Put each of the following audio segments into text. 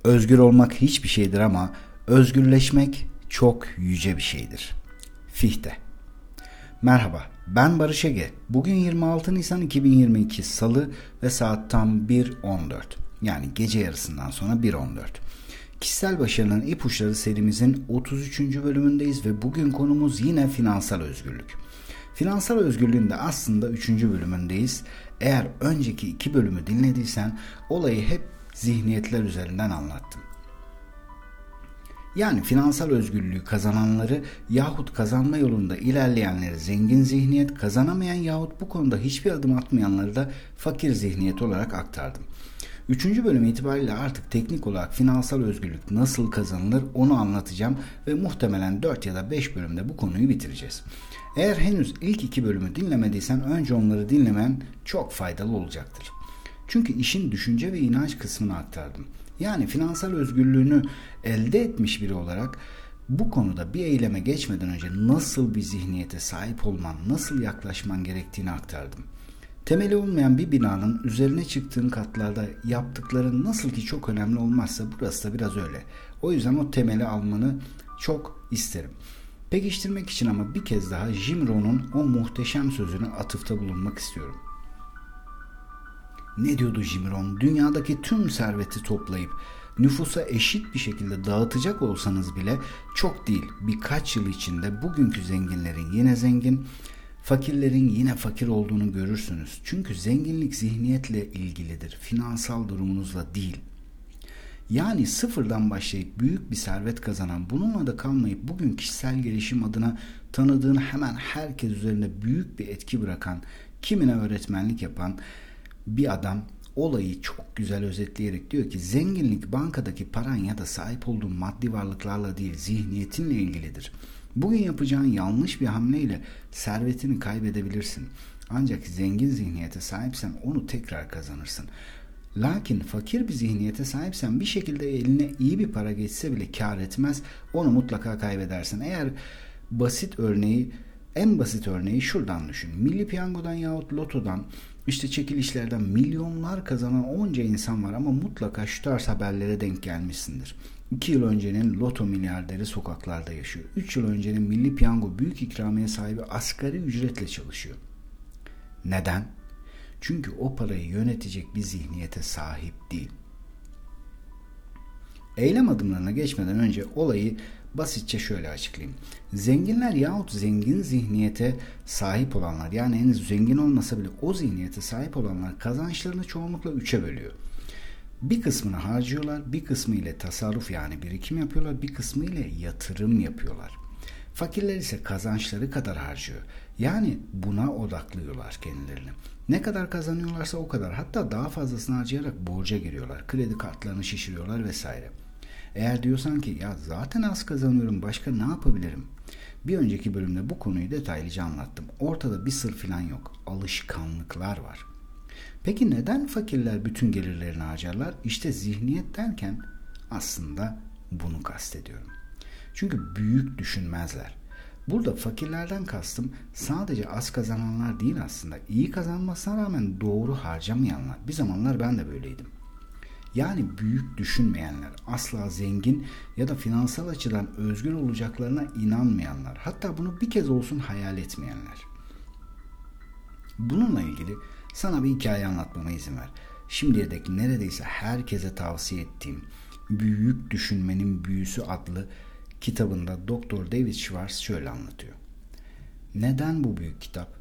Özgür olmak hiçbir şeydir ama özgürleşmek çok yüce bir şeydir. Fichte. Merhaba, ben Barış Ege. Bugün 26 Nisan 2022 Salı ve saat tam 1.14. Yani gece yarısından sonra 1.14. Kişisel Başarının İpuçları serimizin 33. bölümündeyiz ve bugün konumuz yine finansal özgürlük. Finansal özgürlüğün de aslında 3. bölümündeyiz. Eğer önceki 2 bölümü dinlediysen olayı hep zihniyetler üzerinden anlattım. Yani finansal özgürlüğü kazananları yahut kazanma yolunda ilerleyenleri zengin zihniyet, kazanamayan yahut bu konuda hiçbir adım atmayanları da fakir zihniyet olarak aktardım. 3. bölüm itibariyle artık teknik olarak finansal özgürlük nasıl kazanılır onu anlatacağım ve muhtemelen 4 ya da 5 bölümde bu konuyu bitireceğiz. Eğer henüz ilk 2 bölümü dinlemediysen önce onları dinlemen çok faydalı olacaktır. Çünkü işin düşünce ve inanç kısmını aktardım. Yani finansal özgürlüğünü elde etmiş biri olarak bu konuda bir eyleme geçmeden önce nasıl bir zihniyete sahip olman, nasıl yaklaşman gerektiğini aktardım. Temeli olmayan bir binanın üzerine çıktığın katlarda yaptıkların nasıl ki çok önemli olmazsa burası da biraz öyle. O yüzden o temeli almanı çok isterim. Pekiştirmek için ama bir kez daha Jim Rohn'un o muhteşem sözüne atıfta bulunmak istiyorum. Ne diyordu Jim Rohn? Dünyadaki tüm serveti toplayıp nüfusa eşit bir şekilde dağıtacak olsanız bile çok değil, birkaç yıl içinde bugünkü zenginlerin yine zengin, fakirlerin yine fakir olduğunu görürsünüz. Çünkü zenginlik zihniyetle ilgilidir, finansal durumunuzla değil. Yani sıfırdan başlayıp büyük bir servet kazanan, bununla da kalmayıp bugün kişisel gelişim adına tanıdığın hemen herkes üzerinde büyük bir etki bırakan, kimine öğretmenlik yapan bir adam olayı çok güzel özetleyerek diyor ki zenginlik bankadaki paran ya da sahip olduğun maddi varlıklarla değil zihniyetinle ilgilidir. Bugün yapacağın yanlış bir hamleyle servetini kaybedebilirsin. Ancak zengin zihniyete sahipsen onu tekrar kazanırsın. Lakin fakir bir zihniyete sahipsen bir şekilde eline iyi bir para geçse bile kar etmez, onu mutlaka kaybedersin. Eğer en basit örneği şuradan düşün. Milli Piyango'dan yahut Loto'dan işte çekilişlerden milyonlar kazanan onca insan var ama mutlaka şu tarz haberlere denk gelmişsindir. 2 yıl öncenin Loto milyarderi sokaklarda yaşıyor. 3 yıl öncenin Milli Piyango büyük ikramiye sahibi asgari ücretle çalışıyor. Neden? Çünkü o parayı yönetecek bir zihniyete sahip değil. Eylem adımlarına geçmeden önce olayı basitçe şöyle açıklayayım. Zenginler yahut zengin zihniyete sahip olanlar, yani henüz zengin olmasa bile o zihniyete sahip olanlar kazançlarını çoğunlukla 3'e bölüyor. Bir kısmını harcıyorlar, bir kısmı ile tasarruf yani birikim yapıyorlar, bir kısmı ile yatırım yapıyorlar. Fakirler ise kazançları kadar harcıyor. Yani buna odaklıyorlar kendilerini. Ne kadar kazanıyorlarsa o kadar, hatta daha fazlasını harcayarak borca giriyorlar. Kredi kartlarını şişiriyorlar vesaire. Eğer diyorsan ki ya zaten az kazanıyorum, başka ne yapabilirim? Bir önceki bölümde bu konuyu detaylıca anlattım. Ortada bir sır falan yok. Alışkanlıklar var. Peki neden fakirler bütün gelirlerini harcarlar? İşte zihniyet derken aslında bunu kastediyorum. Çünkü büyük düşünmezler. Burada fakirlerden kastım sadece az kazananlar değil aslında. İyi kazanmasına rağmen doğru harcamayanlar. Bir zamanlar ben de böyleydim. Yani büyük düşünmeyenler, asla zengin ya da finansal açıdan özgür olacaklarına inanmayanlar, hatta bunu bir kez olsun hayal etmeyenler. Bununla ilgili sana bir hikaye anlatmama izin ver. Şimdiye dek neredeyse herkese tavsiye ettiğim Büyük Düşünmenin Büyüsü adlı kitabında Dr. David Schwartz şöyle anlatıyor. Neden bu büyük kitap?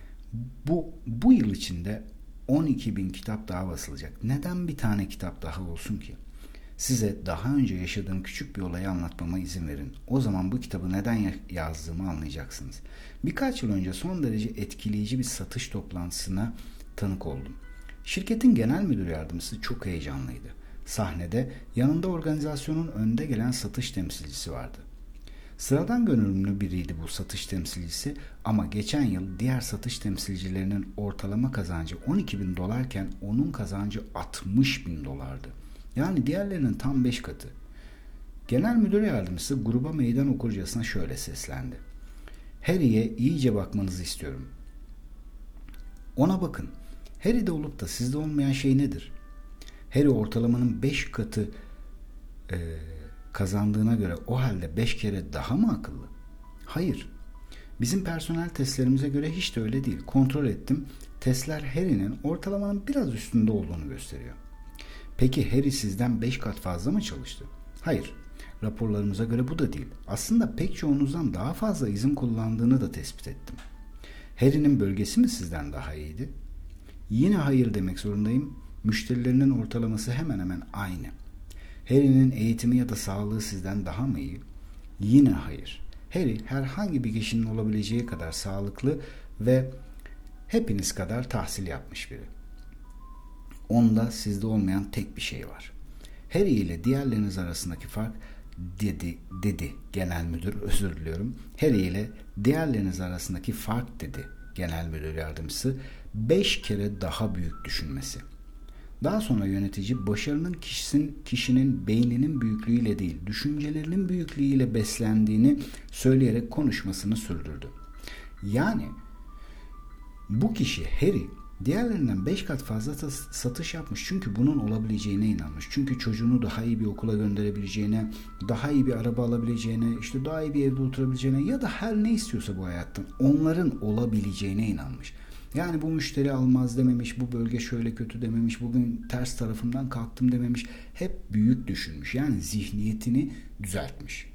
Bu yıl içinde 12.000 kitap daha basılacak. Neden bir tane kitap daha olsun ki? Size daha önce yaşadığım küçük bir olayı anlatmama izin verin. O zaman bu kitabı neden yazdığımı anlayacaksınız. Birkaç yıl önce son derece etkileyici bir satış toplantısına tanık oldum. Şirketin genel müdür yardımcısı çok heyecanlıydı. Sahnede yanında organizasyonun önde gelen satış temsilcisi vardı. Sıradan görünümlü biriydi bu satış temsilcisi ama geçen yıl diğer satış temsilcilerinin ortalama kazancı $12.000 onun kazancı $60.000. Yani diğerlerinin tam 5 katı. Genel müdür yardımcısı gruba meydan okurcasına şöyle seslendi. Harry'e iyice bakmanızı istiyorum. Ona bakın. Harry'de olup da sizde olmayan şey nedir? Harry ortalamanın 5 katı kazandığına göre o halde 5 kere daha mı akıllı? Hayır. Bizim personel testlerimize göre hiç de öyle değil. Kontrol ettim. Testler Harry'nin ortalamanın biraz üstünde olduğunu gösteriyor. Peki Harry sizden 5 kat fazla mı çalıştı? Hayır. Raporlarımıza göre bu da değil. Aslında pek çoğunuzdan daha fazla izin kullandığını da tespit ettim. Harry'nin bölgesi mi sizden daha iyiydi? Yine hayır demek zorundayım. Müşterilerinin ortalaması hemen hemen aynı. Harry'nin eğitimi ya da sağlığı sizden daha mı iyi? Yine hayır. Harry herhangi bir kişinin olabileceği kadar sağlıklı ve hepiniz kadar tahsil yapmış biri. Onda sizde olmayan tek bir şey var. Harry ile diğerleriniz arasındaki fark dedi genel müdür, özür diliyorum. Harry ile diğerleriniz arasındaki fark dedi genel müdür yardımcısı 5 kere daha büyük düşünmesi. Daha sonra yönetici başarının kişinin beyninin büyüklüğüyle değil, düşüncelerinin büyüklüğüyle beslendiğini söyleyerek konuşmasını sürdürdü. Yani bu kişi Harry diğerlerinden 5 kat fazla satış yapmış. Çünkü bunun olabileceğine inanmış. Çünkü çocuğunu daha iyi bir okula gönderebileceğine, daha iyi bir araba alabileceğine, işte daha iyi bir evde oturabileceğine ya da her ne istiyorsa bu hayattan onların olabileceğine inanmış. Yani bu müşteri almaz dememiş, bu bölge şöyle kötü dememiş, bugün ters tarafımdan kalktım dememiş. Hep büyük düşünmüş. Yani zihniyetini düzeltmiş.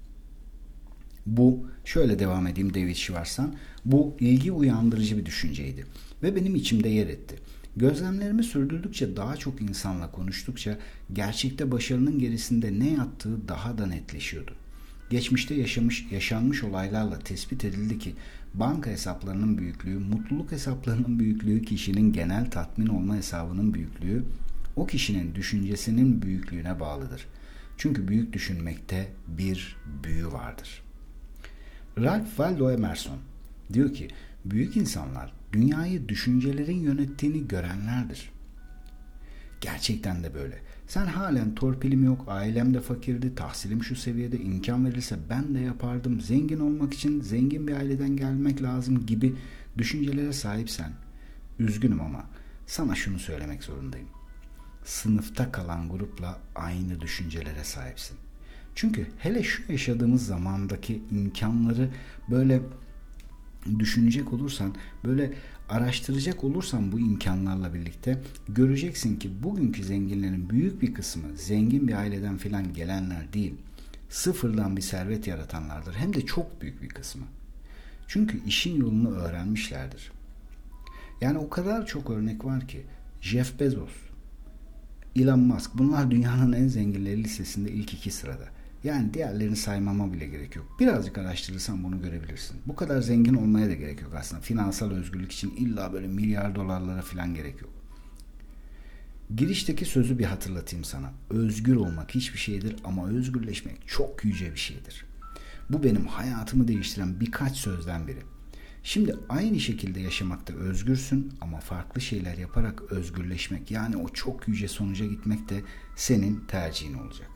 Bu, şöyle devam edeyim David Schwartz'tan, bu ilgi uyandırıcı bir düşünceydi ve benim içimde yer etti. Gözlemlerimi sürdürdükçe, daha çok insanla konuştukça gerçekte başarının gerisinde ne yattığı daha da netleşiyordu. Geçmişte yaşanmış olaylarla tespit edildi ki banka hesaplarının büyüklüğü, mutluluk hesaplarının büyüklüğü, kişinin genel tatmin olma hesabının büyüklüğü, o kişinin düşüncesinin büyüklüğüne bağlıdır. Çünkü büyük düşünmekte bir büyü vardır. Ralph Waldo Emerson diyor ki, büyük insanlar dünyayı düşüncelerin yönettiğini görenlerdir. Gerçekten de böyle. Sen halen torpilim yok, ailem de fakirdi, tahsilim şu seviyede, imkan verilse ben de yapardım, zengin olmak için zengin bir aileden gelmek lazım gibi düşüncelere sahipsen, üzgünüm ama sana şunu söylemek zorundayım. Sınıfta kalan grupla aynı düşüncelere sahipsin. Çünkü hele şu yaşadığımız zamandaki imkanları böyle düşünecek olursan, böyle araştıracak olursan bu imkanlarla birlikte göreceksin ki bugünkü zenginlerin büyük bir kısmı zengin bir aileden filan gelenler değil, sıfırdan bir servet yaratanlardır. Hem de çok büyük bir kısmı. Çünkü işin yolunu öğrenmişlerdir. Yani o kadar çok örnek var ki Jeff Bezos, Elon Musk, bunlar dünyanın en zenginleri listesinde ilk 2 sırada. Yani diğerlerini saymama bile gerek yok. Birazcık araştırırsan bunu görebilirsin. Bu kadar zengin olmaya da gerek yok aslında. Finansal özgürlük için illa böyle milyar dolarlara falan gerek yok. Girişteki sözü bir hatırlatayım sana. Özgür olmak hiçbir şeydir ama özgürleşmek çok yüce bir şeydir. Bu benim hayatımı değiştiren birkaç sözden biri. Şimdi aynı şekilde yaşamakta özgürsün ama farklı şeyler yaparak özgürleşmek, yani o çok yüce sonuca gitmek de senin tercihin olacak.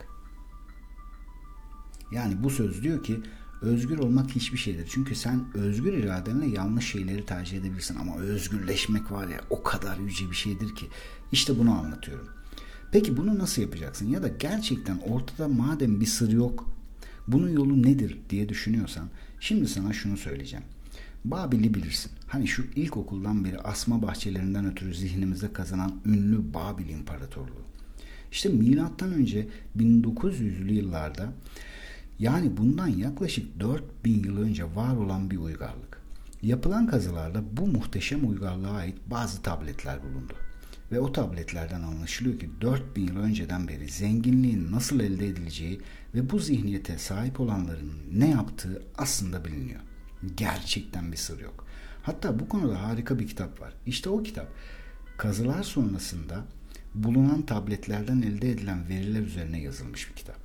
Yani bu söz diyor ki özgür olmak hiçbir şeydir. Çünkü sen özgür iradenle yanlış şeyleri tercih edebilirsin ama özgürleşmek var ya, o kadar yüce bir şeydir ki. İşte bunu anlatıyorum. Peki bunu nasıl yapacaksın? Ya da gerçekten ortada madem bir sır yok, bunun yolu nedir diye düşünüyorsan, şimdi sana şunu söyleyeceğim. Babil'i bilirsin. Hani şu ilkokuldan beri asma bahçelerinden ötürü zihnimizde kazanan ünlü Babil İmparatorluğu. İşte milattan önce 1900'lü yıllarda, yani bundan yaklaşık 4000 yıl önce var olan bir uygarlık. Yapılan kazılarda bu muhteşem uygarlığa ait bazı tabletler bulundu. Ve o tabletlerden anlaşılıyor ki 4000 yıl önceden beri zenginliğin nasıl elde edileceği ve bu zihniyete sahip olanların ne yaptığı aslında biliniyor. Gerçekten bir sır yok. Hatta bu konuda harika bir kitap var. İşte o kitap, kazılar sonrasında bulunan tabletlerden elde edilen veriler üzerine yazılmış bir kitap.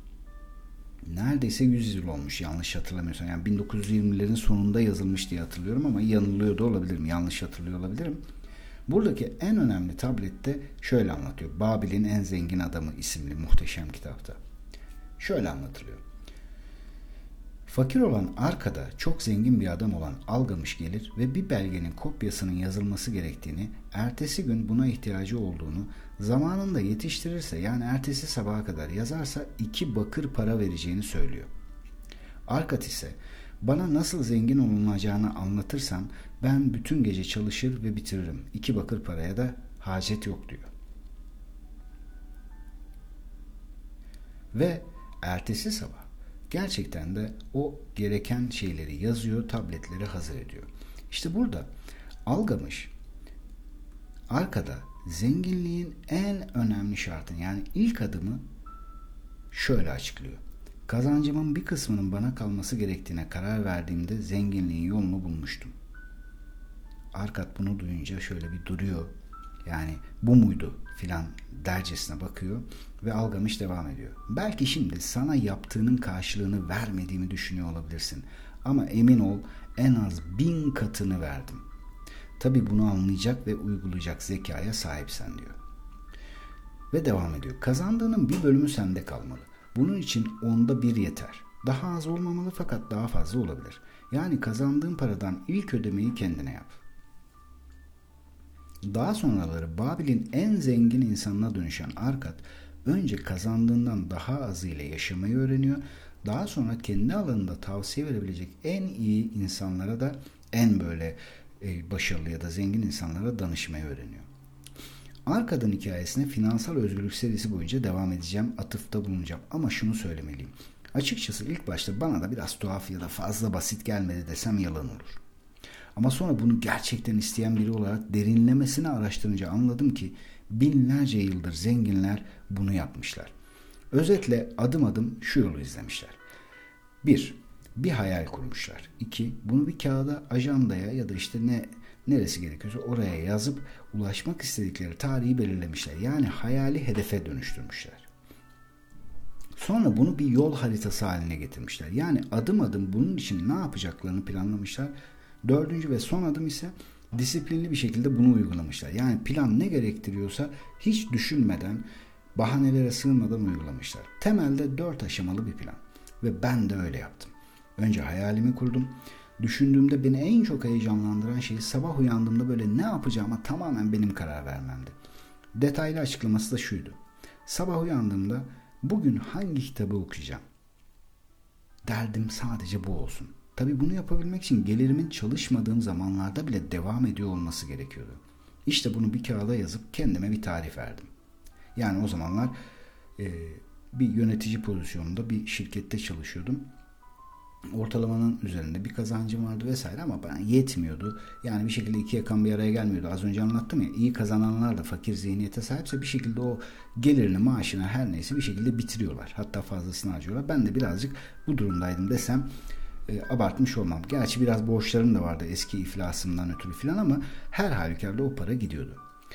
Neredeyse 100 yıl olmuş yanlış hatırlamıyorsam. Yani 1920'lerin sonunda yazılmış diye hatırlıyorum ama yanılıyor da olabilirim. Yanlış hatırlıyor olabilirim. Buradaki en önemli tablette şöyle anlatıyor. Babil'in en zengin adamı isimli muhteşem kitapta. Şöyle anlatılıyor. Fakir olan arkada çok zengin bir adam olan Algamış gelir ve bir belgenin kopyasının yazılması gerektiğini, ertesi gün buna ihtiyacı olduğunu, zamanında yetiştirirse yani ertesi sabaha kadar yazarsa 2 bakır para vereceğini söylüyor. Arkat ise bana nasıl zengin olunacağını anlatırsan ben bütün gece çalışır ve bitiririm. 2 bakır paraya da hacet yok diyor. Ve ertesi sabah gerçekten de o gereken şeyleri yazıyor, tabletleri hazır ediyor. İşte burada Algamış arkada zenginliğin en önemli şartını yani ilk adımı şöyle açıklıyor. Kazancımın bir kısmının bana kalması gerektiğine karar verdiğimde zenginliğin yolunu bulmuştum. Arkat bunu duyunca şöyle bir duruyor. Yani bu muydu filan dercesine bakıyor ve Algamış devam ediyor. Belki şimdi sana yaptığının karşılığını vermediğimi düşünüyor olabilirsin. Ama emin ol en az 1000 katını verdim. Tabii bunu anlayacak ve uygulayacak zekaya sahipsen diyor. Ve devam ediyor. Kazandığının bir bölümü sende kalmalı. Bunun için 1/10 yeter. Daha az olmamalı fakat daha fazla olabilir. Yani kazandığın paradan ilk ödemeyi kendine yap. Daha sonraları Babil'in en zengin insanına dönüşen Arkat, önce kazandığından daha azıyla yaşamayı öğreniyor. Daha sonra kendi alanında tavsiye verebilecek en iyi insanlara da en böyle başarılı ya da zengin insanlara danışmayı öğreniyor. Arkad'ın hikayesine finansal özgürlük serisi boyunca devam edeceğim, atıfta bulunacağım. Ama şunu söylemeliyim. Açıkçası ilk başta bana da biraz tuhaf ya da fazla basit gelmedi desem yalan olur. Ama sonra bunu gerçekten isteyen biri olarak derinlemesine araştırınca anladım ki binlerce yıldır zenginler bunu yapmışlar. Özetle adım adım şu yolu izlemişler. 1. Bir hayal kurmuşlar. 2. Bunu bir kağıda, ajandaya ya da işte neresi gerekiyorsa oraya yazıp ulaşmak istedikleri tarihi belirlemişler. Yani hayali hedefe dönüştürmüşler. Sonra bunu bir yol haritası haline getirmişler. Yani adım adım bunun için ne yapacaklarını planlamışlar. 4. ve son adım ise disiplinli bir şekilde bunu uygulamışlar. Yani plan ne gerektiriyorsa hiç düşünmeden, bahanelere sığınmadan uygulamışlar. Temelde 4 aşamalı bir plan. Ve ben de öyle yaptım. Önce hayalimi kurdum. Düşündüğümde beni en çok heyecanlandıran şey sabah uyandığımda böyle ne yapacağıma tamamen benim karar vermemdi. Detaylı açıklaması da şuydu. Sabah uyandığımda bugün hangi kitabı okuyacağım? Derdim sadece bu olsun. Tabii bunu yapabilmek için gelirimin çalışmadığım zamanlarda bile devam ediyor olması gerekiyordu. İşte bunu bir kağıda yazıp kendime bir tarih verdim. Yani o zamanlar bir yönetici pozisyonunda bir şirkette çalışıyordum. Ortalamanın üzerinde bir kazancım vardı vesaire ama bana yetmiyordu. Yani bir şekilde iki yakan bir araya gelmiyordu. Az önce anlattım ya, iyi kazananlar da fakir zihniyete sahipse bir şekilde o gelirini, maaşını her neyse bir şekilde bitiriyorlar. Hatta fazlasını harcıyorlar. Ben de birazcık bu durumdaydım desem abartmış olmam. Gerçi biraz borçlarım da vardı eski iflasımdan ötürü filan ama her halükarda o para gidiyordu.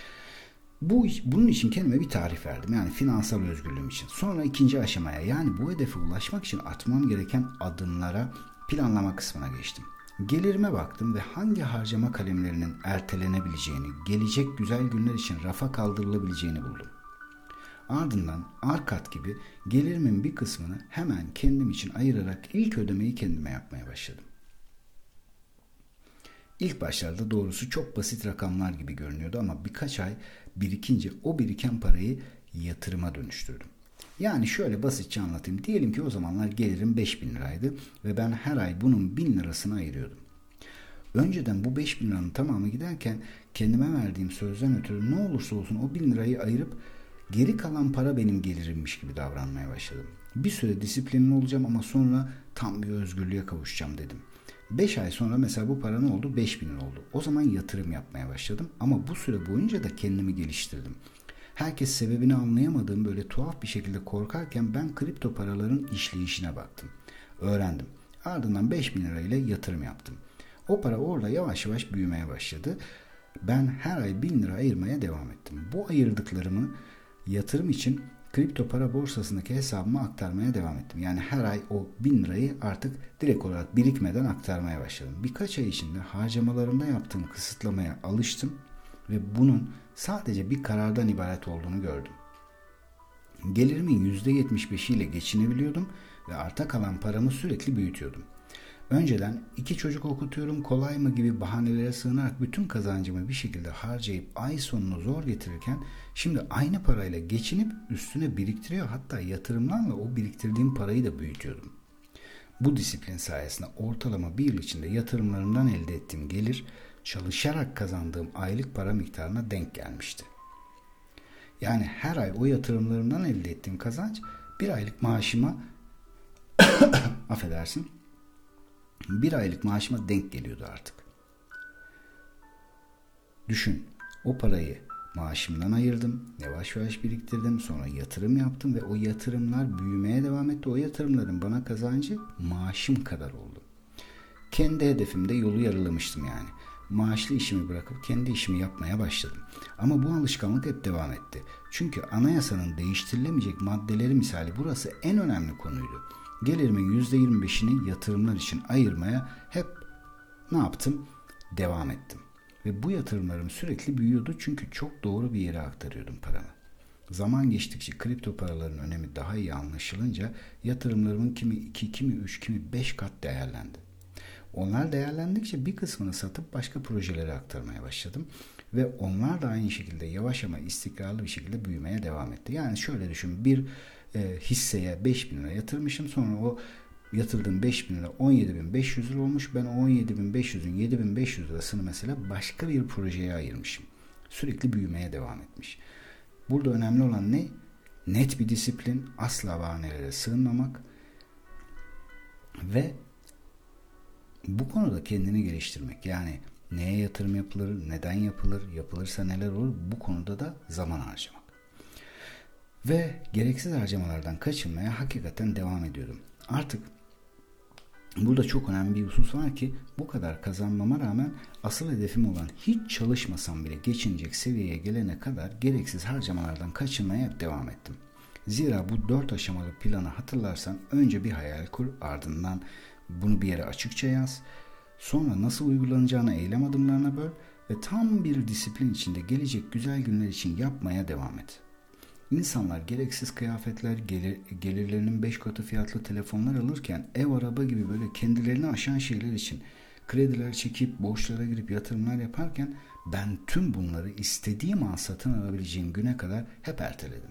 Bunun için kendime bir tarif verdim. Yani finansal özgürlüğüm için. Sonra ikinci aşamaya yani bu hedefe ulaşmak için atmam gereken adımlara planlama kısmına geçtim. Gelirime baktım ve hangi harcama kalemlerinin ertelenebileceğini, gelecek güzel günler için rafa kaldırılabileceğini buldum. Ardından Arkat gibi gelirimin bir kısmını hemen kendim için ayırarak ilk ödemeyi kendime yapmaya başladım. İlk başlarda doğrusu çok basit rakamlar gibi görünüyordu ama birkaç ay birikince o biriken parayı yatırıma dönüştürdüm. Yani şöyle basitçe anlatayım. Diyelim ki o zamanlar gelirim 5.000 liraydı ve ben her ay bunun 1.000 lirasını ayırıyordum. Önceden bu 5.000 liranın tamamı giderken kendime verdiğim sözden ötürü ne olursa olsun o 1.000 lirayı ayırıp geri kalan para benim gelirimmiş gibi davranmaya başladım. Bir süre disiplinli olacağım ama sonra tam bir özgürlüğe kavuşacağım dedim. 5 ay sonra mesela bu para ne oldu? 5.000 lira oldu. O zaman yatırım yapmaya başladım ama bu süre boyunca da kendimi geliştirdim. Herkes sebebini anlayamadığım böyle tuhaf bir şekilde korkarken ben kripto paraların işleyişine baktım. Öğrendim. Ardından 5.000 lira ile yatırım yaptım. O para orada yavaş yavaş büyümeye başladı. Ben her ay 1.000 lira ayırmaya devam ettim. Bu ayırdıklarımı yatırım için kripto para borsasındaki hesabıma aktarmaya devam ettim. Yani her ay o 1.000 lirayı artık direkt olarak birikmeden aktarmaya başladım. Birkaç ay içinde harcamalarımda yaptığım kısıtlamaya alıştım ve bunun sadece bir karardan ibaret olduğunu gördüm. Gelirimin %75'iyle geçinebiliyordum ve arta kalan paramı sürekli büyütüyordum. Önceden 2 çocuk okutuyorum kolay mı gibi bahanelere sığınarak bütün kazancımı bir şekilde harcayıp ay sonunu zor getirirken şimdi aynı parayla geçinip üstüne biriktiriyor, hatta yatırımlarla o biriktirdiğim parayı da büyütüyordum. Bu disiplin sayesinde ortalama bir yıl içinde yatırımlarımdan elde ettiğim gelir çalışarak kazandığım aylık para miktarına denk gelmişti. Yani her ay o yatırımlarımdan elde ettiğim kazanç bir aylık maaşıma affedersin, bir aylık maaşıma denk geliyordu artık. Düşün, o parayı maaşımdan ayırdım, yavaş yavaş biriktirdim, sonra yatırım yaptım ve o yatırımlar büyümeye devam etti. O yatırımların bana kazancı maaşım kadar oldu. Kendi hedefimde yolu yarılamıştım yani. Maaşlı işimi bırakıp kendi işimi yapmaya başladım. Ama bu alışkanlık hep devam etti. Çünkü anayasanın değiştirilemeyecek maddeleri misali burası en önemli konuydu. Gelirimin %25'ini yatırımlar için ayırmaya hep ne yaptım? Devam ettim. Ve bu yatırımlarım sürekli büyüyordu çünkü çok doğru bir yere aktarıyordum paramı. Zaman geçtikçe kripto paraların önemi daha iyi anlaşılınca yatırımlarımın kimi 2, kimi 3, kimi 5 kat değerlendi. Onlar değerlendikçe bir kısmını satıp başka projelere aktarmaya başladım. Ve onlar da aynı şekilde yavaş ama istikrarlı bir şekilde büyümeye devam etti. Yani şöyle düşün, bir hisseye 5.000 lira yatırmışım, sonra o yatırdığım 5.000 lira 17.500 lira olmuş. Ben o 17.500'ün 7.500 lirasını mesela başka bir projeye ayırmışım. Sürekli büyümeye devam etmiş. Burada önemli olan ne? Net bir disiplin, asla bahanelere sığınmamak ve bu konuda kendini geliştirmek. Yani neye yatırım yapılır, neden yapılır, yapılırsa neler olur, bu konuda da zaman harcamak. Ve gereksiz harcamalardan kaçınmaya hakikaten devam ediyordum. Artık burada çok önemli bir husus var ki bu kadar kazanmama rağmen asıl hedefim olan hiç çalışmasam bile geçinecek seviyeye gelene kadar gereksiz harcamalardan kaçınmaya hep devam ettim. Zira bu 4 aşamalı planı hatırlarsan önce bir hayal kur, ardından bunu bir yere açıkça yaz, sonra nasıl uygulanacağını eylem adımlarına böl ve tam bir disiplin içinde gelecek güzel günler için yapmaya devam et. İnsanlar gereksiz kıyafetler, gelirlerinin 5 katı fiyatlı telefonlar alırken ev, araba gibi böyle kendilerini aşan şeyler için krediler çekip borçlara girip yatırımlar yaparken ben tüm bunları istediğim an satın alabileceğim güne kadar hep erteledim.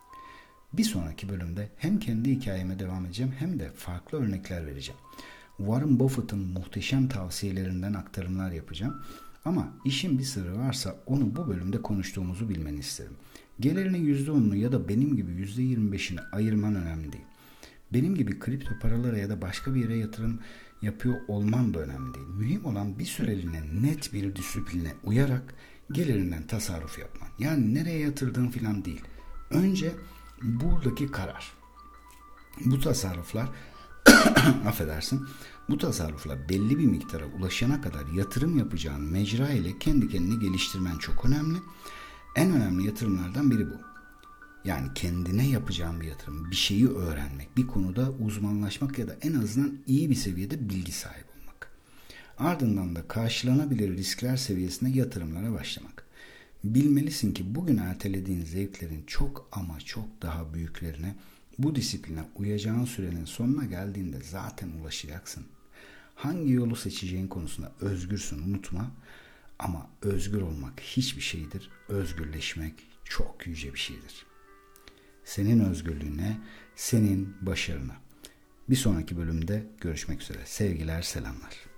Bir sonraki bölümde hem kendi hikayeme devam edeceğim hem de farklı örnekler vereceğim. Warren Buffett'ın muhteşem tavsiyelerinden aktarımlar yapacağım. Ama işin bir sırrı varsa onu bu bölümde konuştuğumuzu bilmeni isterim. Gelirinin %10'unu ya da benim gibi %25'ini ayırman önemli değil. Benim gibi kripto paralara ya da başka bir yere yatırım yapıyor olman da önemli değil. Mühim olan bir süreliğine net bir disipline uyarak gelirinden tasarruf yapman. Yani nereye yatırdığın falan değil. Önce buradaki karar. Bu tasarruflar affedersin. Bu tasarrufla belli bir miktara ulaşana kadar yatırım yapacağın mecra ile kendi kendini geliştirmen çok önemli. En önemli yatırımlardan biri bu. Yani kendine yapacağın bir yatırım, bir şeyi öğrenmek, bir konuda uzmanlaşmak ya da en azından iyi bir seviyede bilgi sahibi olmak. Ardından da karşılanabilir riskler seviyesinde yatırımlara başlamak. Bilmelisin ki bugün ertelediğin zevklerin çok ama çok daha büyüklerine bu disipline uyacağın sürenin sonuna geldiğinde zaten ulaşacaksın. Hangi yolu seçeceğin konusunda özgürsün, unutma. Ama özgür olmak hiçbir şeydir. Özgürleşmek çok yüce bir şeydir. Senin özgürlüğüne, senin başarına. Bir sonraki bölümde görüşmek üzere. Sevgiler, selamlar.